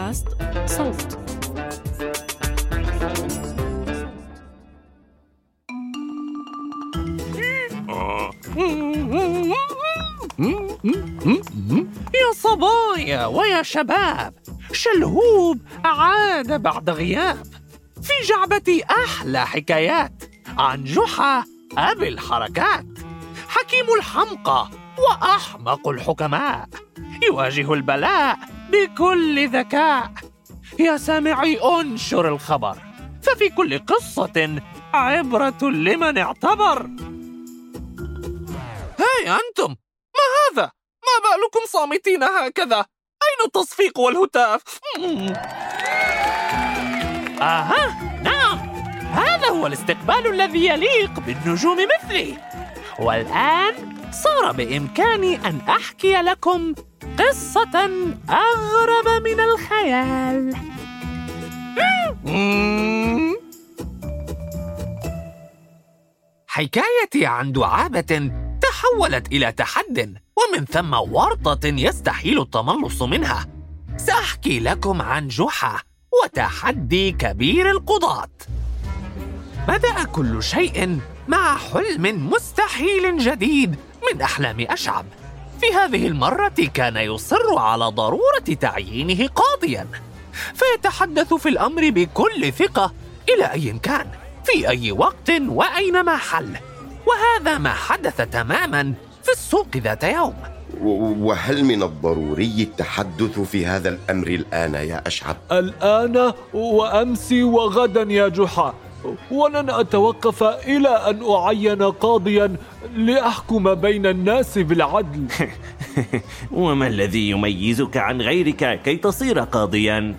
بودكاست صوت. يا صبايا ويا شباب، شلهوب عاد بعد غياب. في جعبتي أحلى حكايات عن جحا أبي الحركات، حكيم الحمقى وأحمق الحكماء، يواجه البلاء بكل ذكاء. يا سامعي انشر الخبر، ففي كل قصة عبرة لمن اعتبر. هاي أنتم، ما هذا؟ ما بالكم صامتين هكذا؟ أين التصفيق والهتاف؟ نعم، هذا هو الاستقبال الذي يليق بالنجوم مثلي. والآن صار بإمكاني أن أحكي لكم قصة أغرب من الخيال. حكايتي عن دعابة تحولت إلى تحد، ومن ثم ورطة يستحيل التملص منها. سأحكي لكم عن جحا وتحدي كبير القضاة. بدأ كل شيء مع حلم مستحيل جديد من أحلام أشعب. في هذه المرة كان يصر على ضرورة تعيينه قاضياً، فيتحدث في الأمر بكل ثقة إلى أي كان، في أي وقت وأينما حل. وهذا ما حدث تماماً في السوق ذات يوم. وهل من الضروري التحدث في هذا الأمر الآن يا أشعب؟ الآن وأمس وغدا يا جحا، ولن أتوقف إلى أن أعين قاضياً لأحكم بين الناس بالعدل. وما الذي يميزك عن غيرك كي تصير قاضياً؟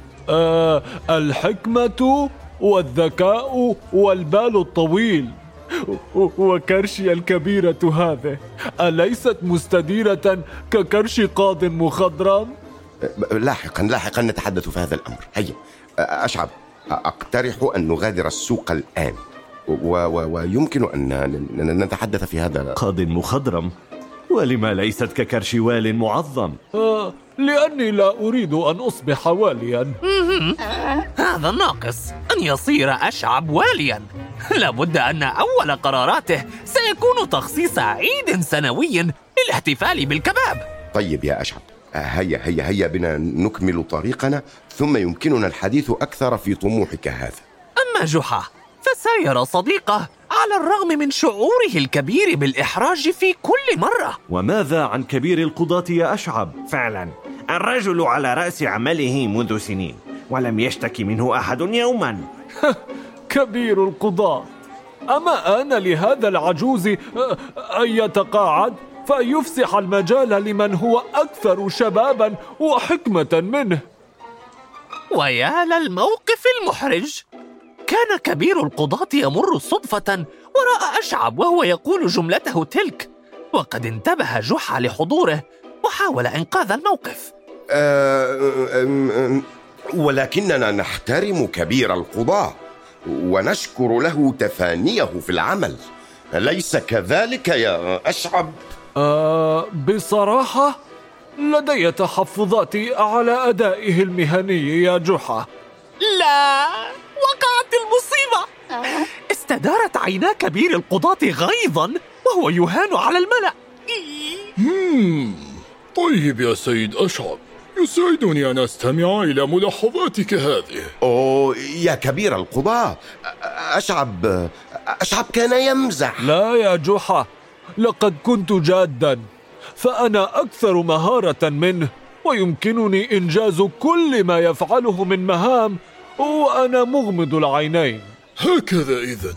الحكمة والذكاء والبال الطويل وكرشي الكبيرة هذه أليست مستديرة ككرش قاض مخضرم؟ لاحقا نتحدث في هذا الأمر. هيا أشعب، أقترح أن نغادر السوق الآن، ويمكن أن نتحدث في هذا. قاض مخضرم؟ ولما ليست ككرش وال معظم؟ لأني لا أريد أن أصبح واليا. هذا ناقص أن يصير أشعب واليا. لابد أن أول قراراته سيكون تخصيص عيد سنوي للاحتفال بالكباب. طيب يا أشعب، هيا بنا نكمل طريقنا، ثم يمكننا الحديث أكثر في طموحك هذا. أما جحا فساير صديقه على الرغم من شعوره الكبير بالإحراج في كل مرة. وماذا عن كبير القضاة يا أشعب؟ فعلا الرجل على رأس عمله منذ سنين، ولم يشتكي منه أحد يوما. كبير القضاة، أما آن لهذا العجوز أن يتقاعد فيفسح المجال لمن هو أكثر شبابا وحكمة منه؟ ويا للموقف المحرج. كان كبير القضاة يمر صدفة وراء أشعب وهو يقول جملته تلك، وقد انتبه جحا لحضوره وحاول إنقاذ الموقف. ولكننا نحترم كبير القضاة ونشكر له تفانيه في العمل، أليس كذلك يا أشعب؟ بصراحة لدي تحفظات على أدائه المهني يا جحا. لا، وقعت المصيبة. استدارت عينا كبير القضاة غيظا وهو يهان على الملأ. طيب يا سيد أشعب، يسعدني أن أستمع إلى ملاحظاتك هذه. يا كبير القضاة، أشعب كان يمزح. لا يا جحا، لقد كنت جادا، فأنا أكثر مهارة منه، ويمكنني إنجاز كل ما يفعله من مهام وأنا مغمض العينين. هكذا إذن.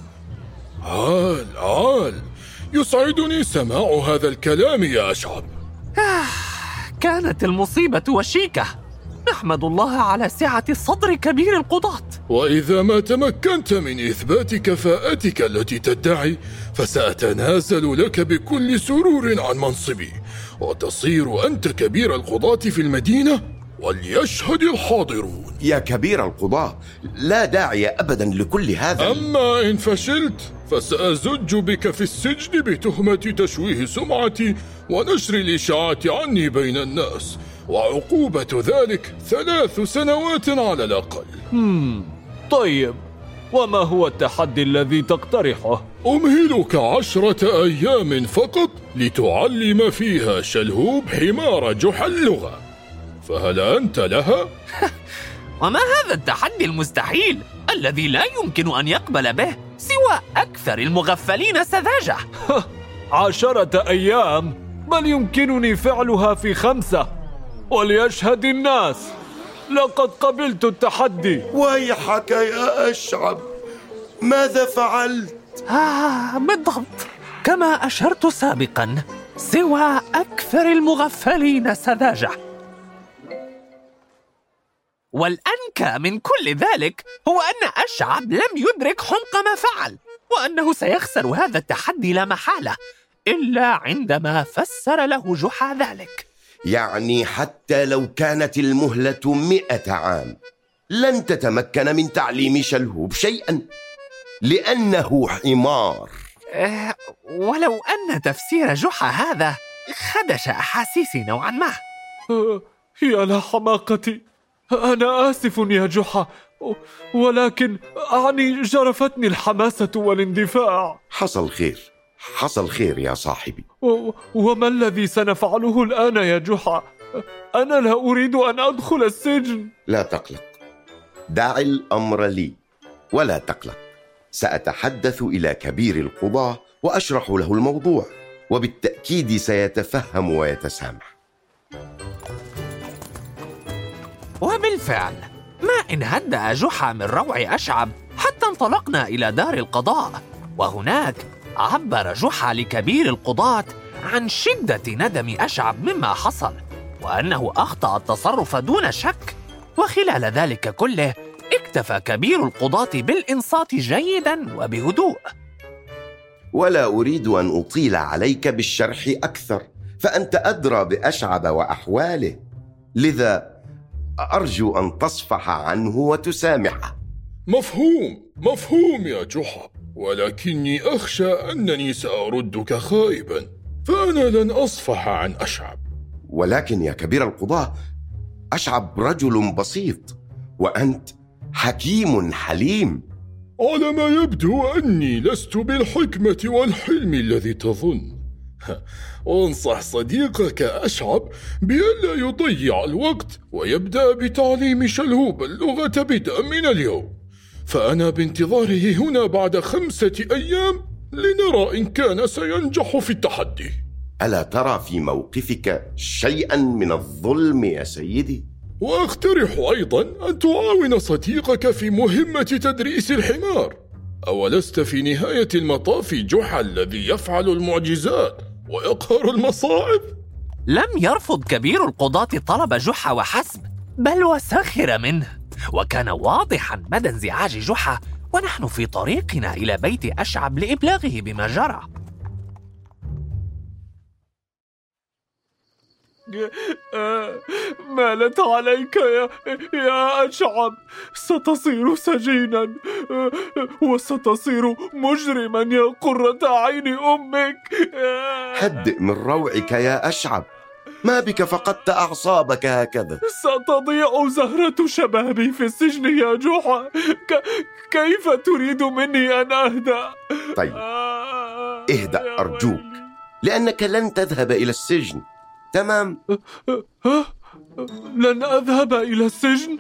عال يسعدني سماع هذا الكلام يا أشعب. كانت المصيبة وشيكة. نحمد الله على سعة صدر كبير القضاة. وإذا ما تمكنت من إثبات كفاءتك التي تدعي، فسأتنازل لك بكل سرور عن منصبي، وتصير أنت كبير القضاة في المدينة، وليشهد الحاضرون. يا كبير القضاة، لا داعي أبدا لكل هذا. أما إن فشلت فسأزج بك في السجن بتهمة تشويه سمعتي ونشر الإشاعات عني بين الناس، وعقوبة ذلك 3 سنوات على الأقل. طيب، وما هو التحدي الذي تقترحه؟ أمهلك 10 أيام فقط لتعلم فيها شلهوب حمار جحا اللغة، فهل أنت لها؟ وما هذا التحدي المستحيل الذي لا يمكن أن يقبل به سوى أكثر المغفلين سذاجة؟ 10 أيام؟ بل يمكنني فعلها في 5، وليشهد الناس لقد قبلت التحدي. ويحك يا أشعب، ماذا فعلت؟ بالضبط كما أشرت سابقا، سوى أكثر المغفلين سذاجة. والأنكى من كل ذلك هو أن أشعب لم يدرك حمق ما فعل، وأنه سيخسر هذا التحدي لا محالة إلا عندما فسر له جحا ذلك. يعني حتى لو كانت المهلة 100 عام لن تتمكن من تعليم شلهوب شيئا لأنه حمار. ولو أن تفسير جحا هذا خدش أحاسيسي نوعا ما. يا لحماقتي، أنا آسف يا جحا، ولكن أعني جرفتني الحماسة والاندفاع. حصل خير يا صاحبي. وما الذي سنفعله الآن يا جحا؟ أنا لا أريد أن أدخل السجن. لا تقلق، دع الأمر لي ولا تقلق. سأتحدث إلى كبير القضاة وأشرح له الموضوع، وبالتأكيد سيتفهم ويتسامح. وبالفعل ما إن هدأ جحا من روع أشعب حتى انطلقنا إلى دار القضاء، وهناك عبر جحا لكبير القضاة عن شدة ندم أشعب مما حصل، وأنه أخطأ التصرف دون شك. وخلال ذلك كله اكتفى كبير القضاة بالإنصات جيداً وبهدوء. ولا أريد أن أطيل عليك بالشرح أكثر، فأنت أدرى بأشعب وأحواله، لذا أرجو أن تصفح عنه وتسامحه. مفهوم يا جحا، ولكني أخشى أنني سأردك خائبا، فأنا لن أصفح عن أشعب. ولكن يا كبير القضاة، أشعب رجل بسيط وأنت حكيم حليم. على ما يبدو أني لست بالحكمة والحلم الذي تظن. وانصح صديقك أشعب بألا يضيع الوقت ويبدأ بتعليم شلهوب اللغة بدءا من اليوم، فأنا بانتظاره هنا بعد 5 أيام لنرى إن كان سينجح في التحدي. ألا ترى في موقفك شيئا من الظلم يا سيدي؟ وأقترح أيضا أن تعاون صديقك في مهمة تدريس الحمار. أولست في نهاية المطاف جحا الذي يفعل المعجزات ويقهر المصاعب؟ لم يرفض كبير القضاة طلب جحا وحسب، بل وسخر منه، وكان واضحا مدى انزعاج جحا ونحن في طريقنا إلى بيت أشعب لإبلاغه بما جرى. مالت عليك يا أشعب، ستصير سجينا وستصير مجرما يا قرة عين أمك. هدئ من روعك يا أشعب، ما بك فقدت أعصابك هكذا؟ ستضيع زهرة شبابي في السجن يا جحا، كيف تريد مني أن أهدأ؟ طيب اهدأ أرجوك، لأنك لن تذهب إلى السجن. تمام؟ لن أذهب إلى السجن؟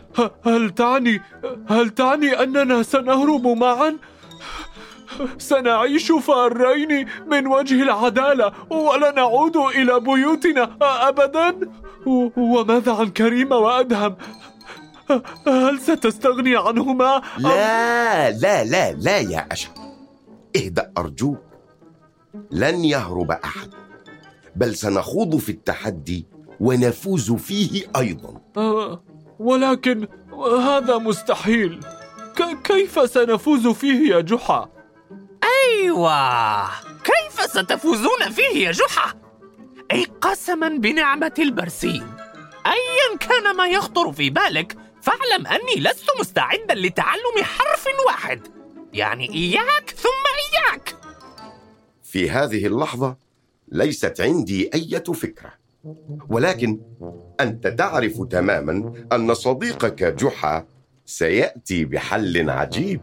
هل تعني أننا سنهرب معا؟ سنعيش فارين من وجه العدالة ولا نعود إلى بيوتنا أبدا؟ وماذا عن كريمة وأدهم؟ هل ستستغني عنهما؟ لا لا لا لا يا أشعب، اهدأ أرجوك. لن يهرب أحد، بل سنخوض في التحدي ونفوز فيه أيضا. ولكن هذا مستحيل. كيف سنفوز فيه يا جحا؟ أيوة، كيف ستفوزون فيه يا جحا؟ أي قسما بنعمة البرسيم، أيا كان ما يخطر في بالك فاعلم أني لست مستعدا لتعلم حرف واحد، يعني إياك ثم إياك. في هذه اللحظة ليست عندي أي فكرة، ولكن أنت تعرف تماما أن صديقك جحا سيأتي بحل عجيب.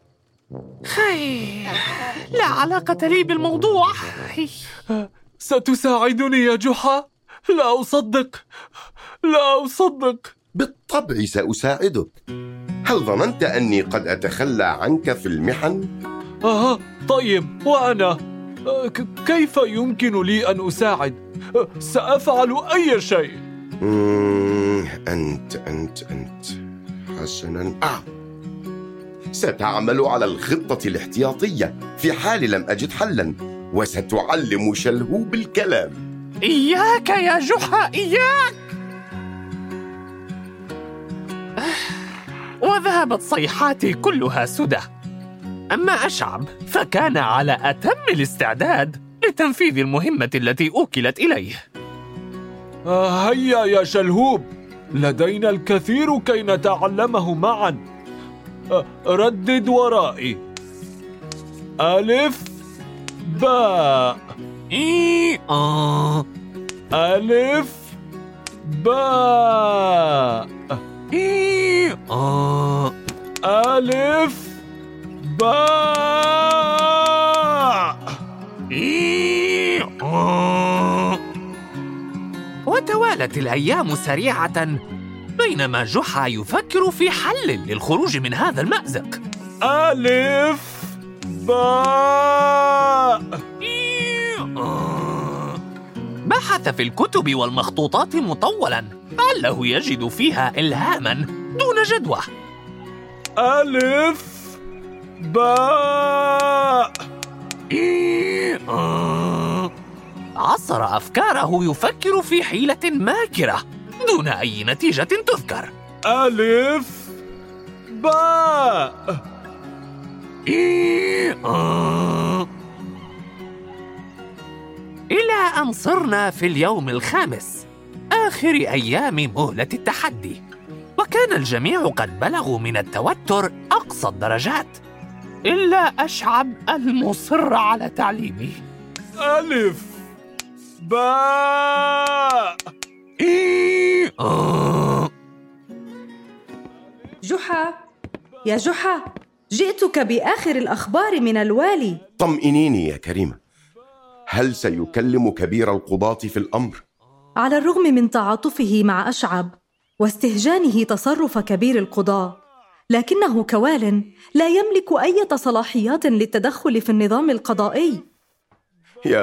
لا علاقة لي بالموضوع. ستساعدني يا جحا؟ لا أصدق. بالطبع سأساعدك. هل ظننت أني قد أتخلى عنك في المحن؟ طيب، وأنا كيف يمكن لي أن أساعد؟ سأفعل أي شيء. أنت حسناً. ستعمل على الخطة الاحتياطية في حال لم أجد حلاً، وستعلم شلهوب الكلام. إياك يا جحا، إياك. وذهبت صيحاتي كلها سدى. أما أشعب فكان على أتم الاستعداد لتنفيذ المهمة التي أوكلت إليه. هيا يا شلهوب، لدينا الكثير كي نتعلمه معا. ردد ورائي: ألف باء. ألف باء. ألف باء. وتوالت الأيام سريعة بينما جحا يفكر في حل للخروج من هذا المأزق. ألف باء. بحث في الكتب والمخطوطات مطولا لعله يجد فيها إلهاما دون جدوى. ألف باء. عصر أفكاره يفكر في حيلة ماكرة دون أي نتيجة تذكر. ألف باء. إلى أن صرنا في اليوم الخامس، آخر أيام مهلة التحدي، وكان الجميع قد بلغوا من التوتر أقصى الدرجات إلا أشعب المصر على تعليمه. ألف باء. جحا، يا جحا، جئتك بآخر الأخبار من الوالي. طمئنيني يا كريمة، هل سيكلم كبير القضاة في الأمر؟ على الرغم من تعاطفه مع أشعب واستهجانه تصرف كبير القضاة، لكنه كوال لا يملك أي صلاحيات للتدخل في النظام القضائي. يا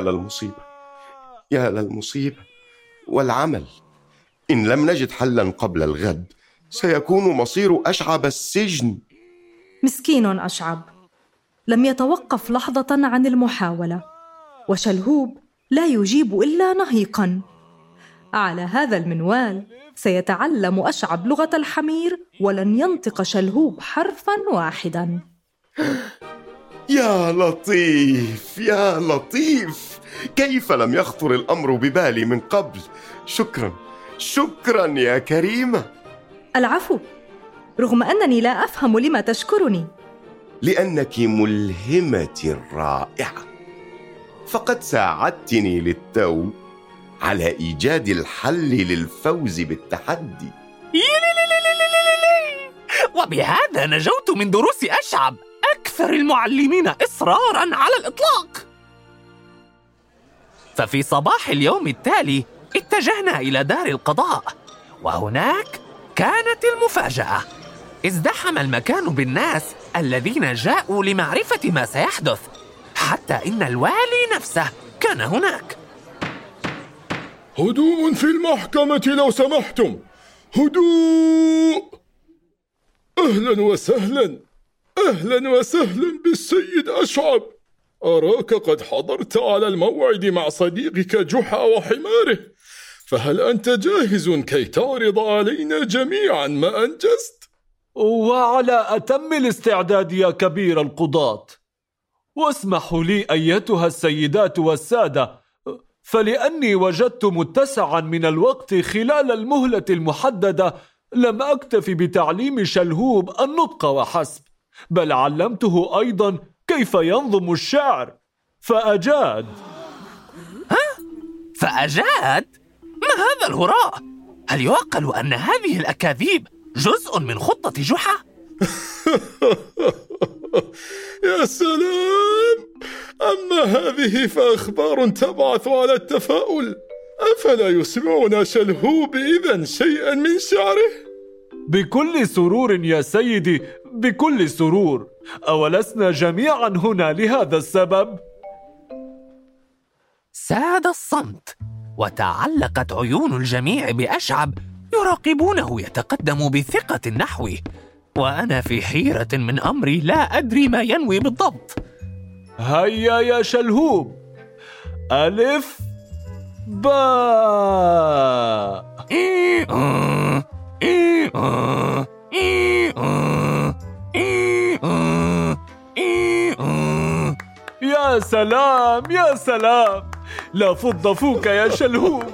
للمصيبة والعمل. إن لم نجد حلاً قبل الغد سيكون مصير أشعب السجن. مسكين أشعب، لم يتوقف لحظة عن المحاولة، وشلهوب لا يجيب إلا نهيقاً. على هذا المنوال سيتعلم أشعب لغة الحمير ولن ينطق شلهوب حرفاً واحداً. يا لطيف، كيف لم يخطر الأمر ببالي من قبل؟ شكراً يا كريمة. العفو، رغم أنني لا أفهم لما تشكرني. لأنك ملهمتي الرائعة، فقد ساعدتني للتو على إيجاد الحل للفوز بالتحدي. وبهذا نجوت من دروس أشعب، أكثر المعلمين إصراراً على الإطلاق. ففي صباح اليوم التالي اتجهنا إلى دار القضاء، وهناك كانت المفاجأة. ازدحم المكان بالناس الذين جاءوا لمعرفة ما سيحدث، حتى إن الوالي نفسه كان هناك. هدوء في المحكمة لو سمحتم، هدوء. أهلا وسهلا بالسيد أشعب. أراك قد حضرت على الموعد مع صديقك جحا وحماره، فهل أنت جاهز كي تعرض علينا جميعا ما أنجزت؟ وعلى أتم الاستعداد يا كبير القضاة. واسمحوا لي أيتها السيدات والسادة، فلأني وجدت متسعا من الوقت خلال المهلة المحددة لم أكتف بتعليم شلهوب النطق وحسب، بل علمته أيضا كيف ينظم الشعر، فأجاد. فأجاد؟ ما هذا الهراء؟ هل يعقل أن هذه الأكاذيب جزء من خطة جحا؟ يا سلام! أما هذه فأخبار تبعث على التفاؤل. أفلا يسمعنا شلهوب إذن شيئا من شعره؟ بكل سرور يا سيدي، بكل سرور. أولسنا جميعا هنا لهذا السبب؟ ساد الصمت، وتعلقت عيون الجميع بأشعب يراقبونه يتقدم بثقة نحوي، وأنا في حيرة من أمري لا أدري ما ينوي بالضبط. هيا يا شلهوب، ألف باء. يا سلام يا سلام، لا فض فوك يا شلهوب.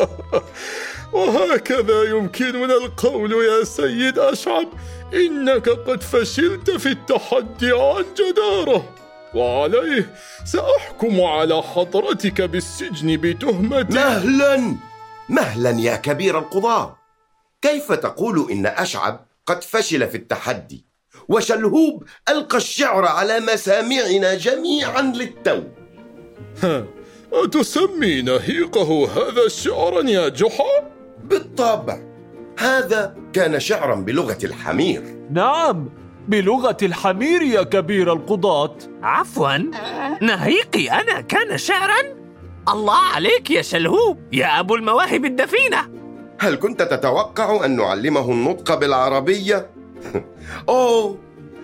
وهكذا يمكننا القول يا سيد أشعب إنك قد فشلت في التحدي عن جدارة، وعليه سأحكم على حضرتك بالسجن بتهمة. مهلا يا كبير القضاة. كيف تقول إن أشعب قد فشل في التحدي وشلهوب ألقى الشعر على مسامعنا جميعا للتو؟ أتسمي نهيقه هذا شعرا يا جحا؟ بالطبع، هذا كان شعرا بلغة الحمير. نعم، بلغة الحمير يا كبير القضاة. عفوا، نهيقي أنا كان شعرا؟ الله عليك يا شلهوب يا أبو المواهب الدفينة. هل كنت تتوقع أن نعلمه النطق بالعربية؟ أوه،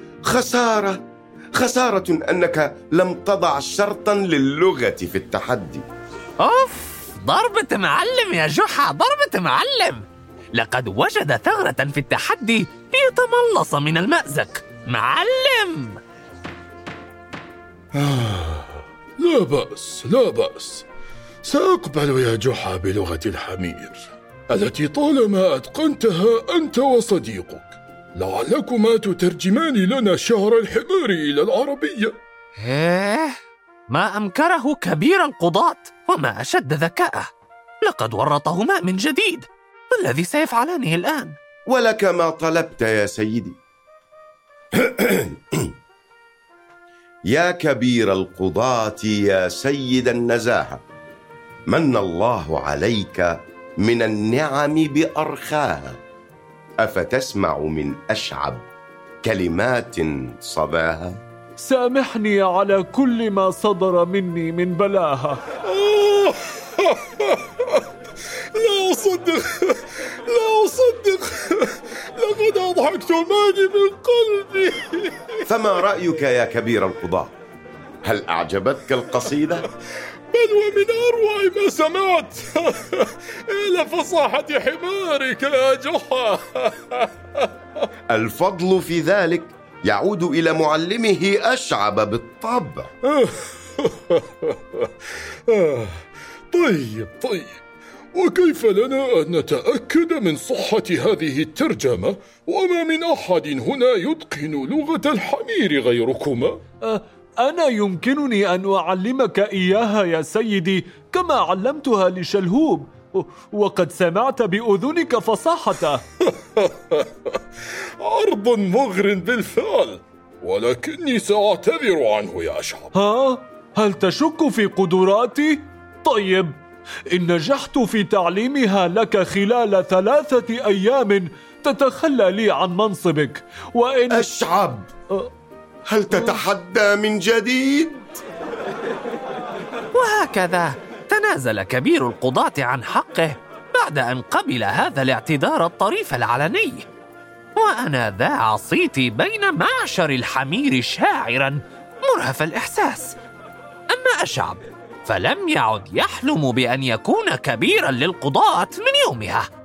خسارة أنك لم تضع شرطا للغة في التحدي. أوف، ضربة معلم يا جحا، ضربة معلم. لقد وجد ثغرة في التحدي ليتملص من المأزق. معلم. لا بأس، سأقبل يا جحا بلغة الحمير التي طالما أتقنتها أنت وصديقك. لعلكما تترجمان لنا شعر الحمار إلى العربية. ما أمكره كبير القضاة وما أشد ذكاءه. لقد ورطهما من جديد. ما الذي سيفعلانه الآن؟ ولك ما طلبت يا سيدي. يا كبير القضاة يا سيد النزاهة، من الله عليك من النعم بأرخاها. أفتسمع من أشعب كلمات صباها؟ سامحني على كل ما صدر مني من بلاها. لا أصدق، لقد أضحكتماني من قلبي. فما رأيك يا كبير القضاة؟ هل أعجبتك القصيدة؟ بل ومن أروع ما سمعت. إلى فصاحة حمارك يا جحا. الفضل في ذلك يعود إلى معلمه أشعب بالطبع. طيب، وكيف لنا أن نتأكد من صحة هذه الترجمة وما من أحد هنا يتقن لغة الحمير غيركما؟ أنا يمكنني أن أعلمك إياها يا سيدي كما علمتها لشلهوب، وقد سمعت بأذنك فصاحته. عرض مغر بالفعل، ولكني سأعتذر عنه يا أشعب. هل تشك في قدراتي؟ طيب، إن نجحت في تعليمها لك خلال 3 أيام تتخلى لي عن منصبك، وإن أشعب، هل تتحدى من جديد؟ وهكذا تنازل كبير القضاة عن حقه بعد أن قبل هذا الاعتذار الطريف العلني. وأنا ذا عصيت بين معشر الحمير شاعرا مرهف الإحساس. أما أشعب فلم يعد يحلم بأن يكون كبيرا للقضاة من يومها.